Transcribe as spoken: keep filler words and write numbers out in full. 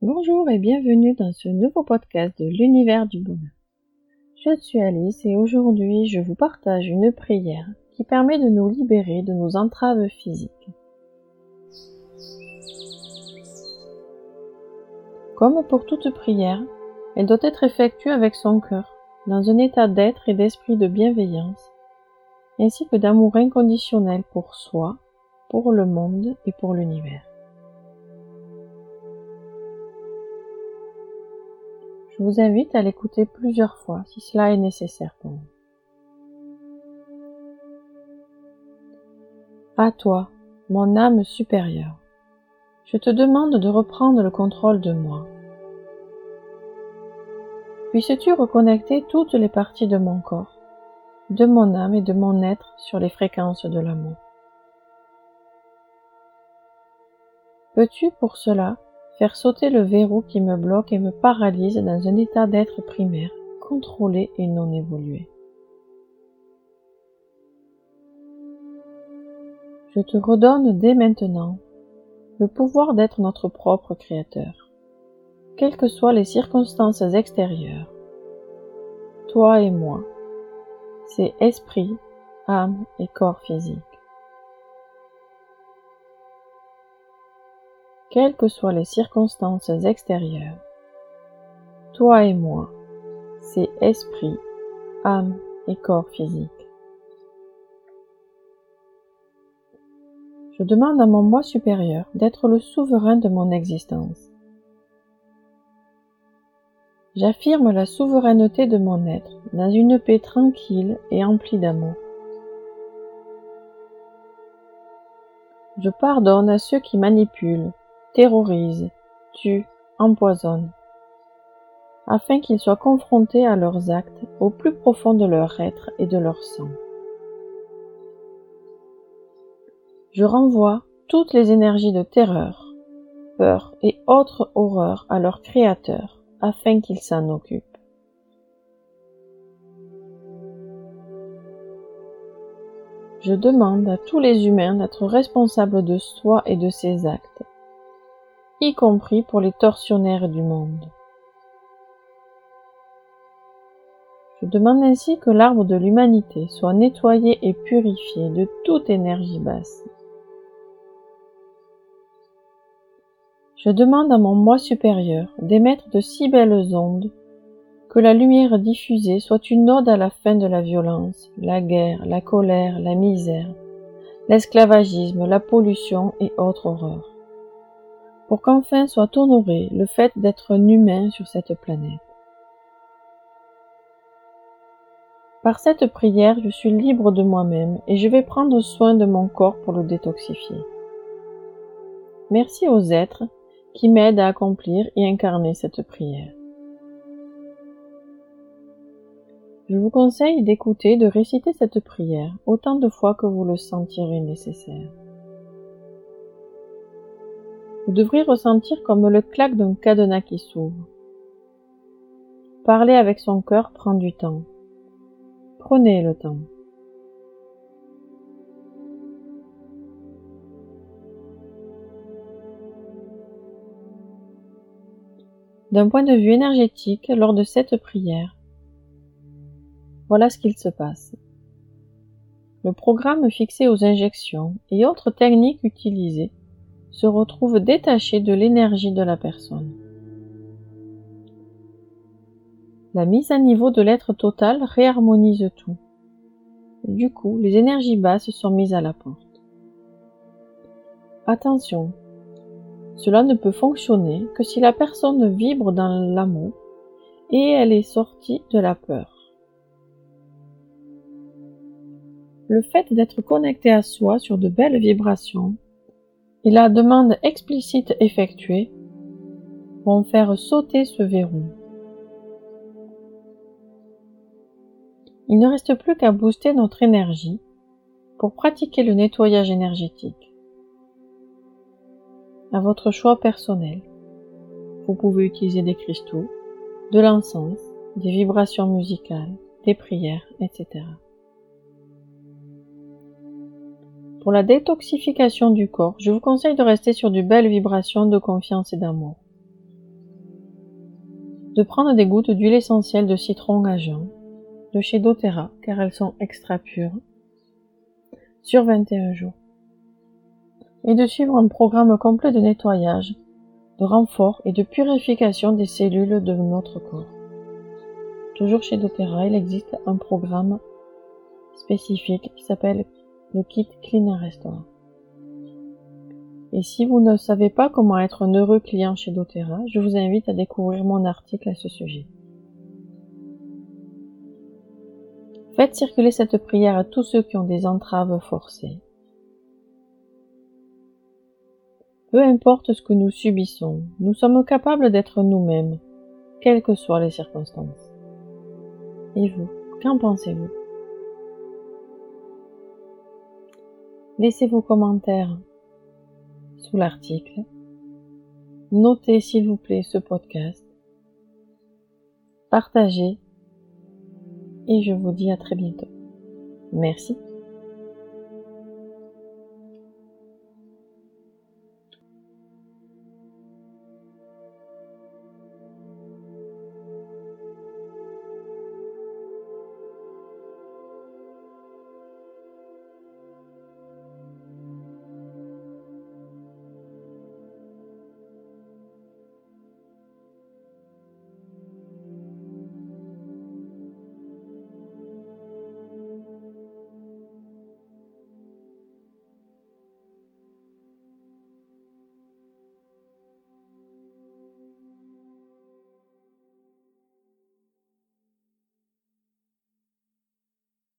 Bonjour et bienvenue dans ce nouveau podcast de l'univers du bonheur. Je suis Alice et aujourd'hui je vous partage une prière qui permet de nous libérer de nos entraves physiques. Comme pour toute prière, elle doit être effectuée avec son cœur, dans un état d'être et d'esprit de bienveillance, ainsi que d'amour inconditionnel pour soi, pour le monde et pour l'univers. Je vous invite à l'écouter plusieurs fois si cela est nécessaire pour vous. À toi, mon âme supérieure, je te demande de reprendre le contrôle de moi. Puisses-tu reconnecter toutes les parties de mon corps, de mon âme et de mon être sur les fréquences de l'amour. Peux-tu pour cela faire sauter le verrou qui me bloque et me paralyse dans un état d'être primaire, contrôlé et non évolué. Je te redonne dès maintenant le pouvoir d'être notre propre créateur, quelles que soient les circonstances extérieures. Toi et moi, c'est esprit, âme et corps physique. Quelles que soient les circonstances extérieures, toi et moi, c'est esprit, âme et corps physique. Je demande à mon moi supérieur d'être le souverain de mon existence. J'affirme la souveraineté de mon être dans une paix tranquille et emplie d'amour. Je pardonne à ceux qui manipulent, terrorisent, tuent, empoisonnent, afin qu'ils soient confrontés à leurs actes au plus profond de leur être et de leur sang. Je renvoie toutes les énergies de terreur, peur et autres horreurs à leur Créateur, afin qu'il s'en occupe. Je demande à tous les humains d'être responsables de soi et de ses actes, y compris pour les tortionnaires du monde. Je demande ainsi que l'arbre de l'humanité soit nettoyé et purifié de toute énergie basse. Je demande à mon moi supérieur d'émettre de si belles ondes que la lumière diffusée soit une ode à la fin de la violence, la guerre, la colère, la misère, l'esclavagisme, la pollution et autres horreurs, pour qu'enfin soit honoré le fait d'être un humain sur cette planète. Par cette prière, je suis libre de moi-même et je vais prendre soin de mon corps pour le détoxifier. Merci aux êtres qui m'aident à accomplir et incarner cette prière. Je vous conseille d'écouter et de réciter cette prière autant de fois que vous le sentirez nécessaire. Vous devrez ressentir comme le clac d'un cadenas qui s'ouvre. Parler avec son cœur prend du temps. Prenez le temps. D'un point de vue énergétique, lors de cette prière, voilà ce qu'il se passe. Le programme fixé aux injections et autres techniques utilisées se retrouve détaché de l'énergie de la personne. La mise à niveau de l'être total réharmonise tout. Du coup, les énergies basses sont mises à la porte. Attention, cela ne peut fonctionner que si la personne vibre dans l'amour et elle est sortie de la peur. Le fait d'être connecté à soi sur de belles vibrations et la demande explicite effectuée vont faire sauter ce verrou. Il ne reste plus qu'à booster notre énergie pour pratiquer le nettoyage énergétique. À votre choix personnel. Vous pouvez utiliser des cristaux, de l'encens, des vibrations musicales, des prières, et cetera. Pour la détoxification du corps, je vous conseille de rester sur de belles vibrations de confiance et d'amour. de prendre des gouttes d'huile essentielle de citron à jeun, de chez doTERRA, car elles sont extra pures, sur vingt et un jours, et de suivre un programme complet de nettoyage, de renfort et de purification des cellules de notre corps. Toujours chez doTERRA, il existe un programme spécifique qui s'appelle le kit Clean and Restore. Et si vous ne savez pas comment être un heureux client chez doTERRA, je vous invite à découvrir mon article à ce sujet. Faites circuler cette prière à tous ceux qui ont des entraves forcées. Peu importe ce que nous subissons, nous sommes capables d'être nous-mêmes, quelles que soient les circonstances. Et vous, qu'en pensez-vous? Laissez vos commentaires sous l'article. Notez s'il vous plaît ce podcast. Partagez. Et je vous dis à très bientôt. Merci.